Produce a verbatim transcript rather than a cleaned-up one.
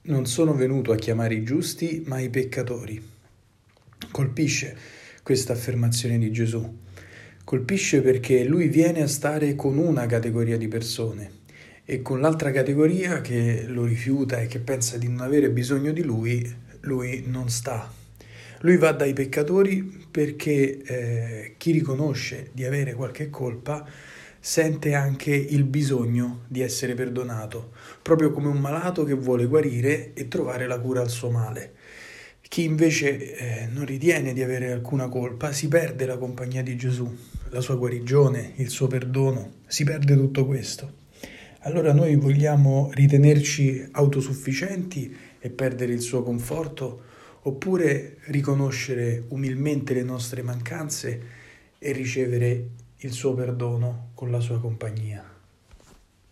Non sono venuto a chiamare i giusti, ma i peccatori. Colpisce questa affermazione di Gesù. Colpisce perché lui viene a stare con una categoria di persone e con l'altra categoria che lo rifiuta e che pensa di non avere bisogno di lui, lui non sta. Lui va dai peccatori perché eh, chi riconosce di avere qualche colpa sente anche il bisogno di essere perdonato, proprio come un malato che vuole guarire e trovare la cura al suo male. Chi invece eh, non ritiene di avere alcuna colpa si perde la compagnia di Gesù, la sua guarigione, il suo perdono, si perde tutto questo. Allora noi vogliamo ritenerci autosufficienti e perdere il suo conforto, oppure riconoscere umilmente le nostre mancanze e ricevere il suo perdono con la sua compagnia.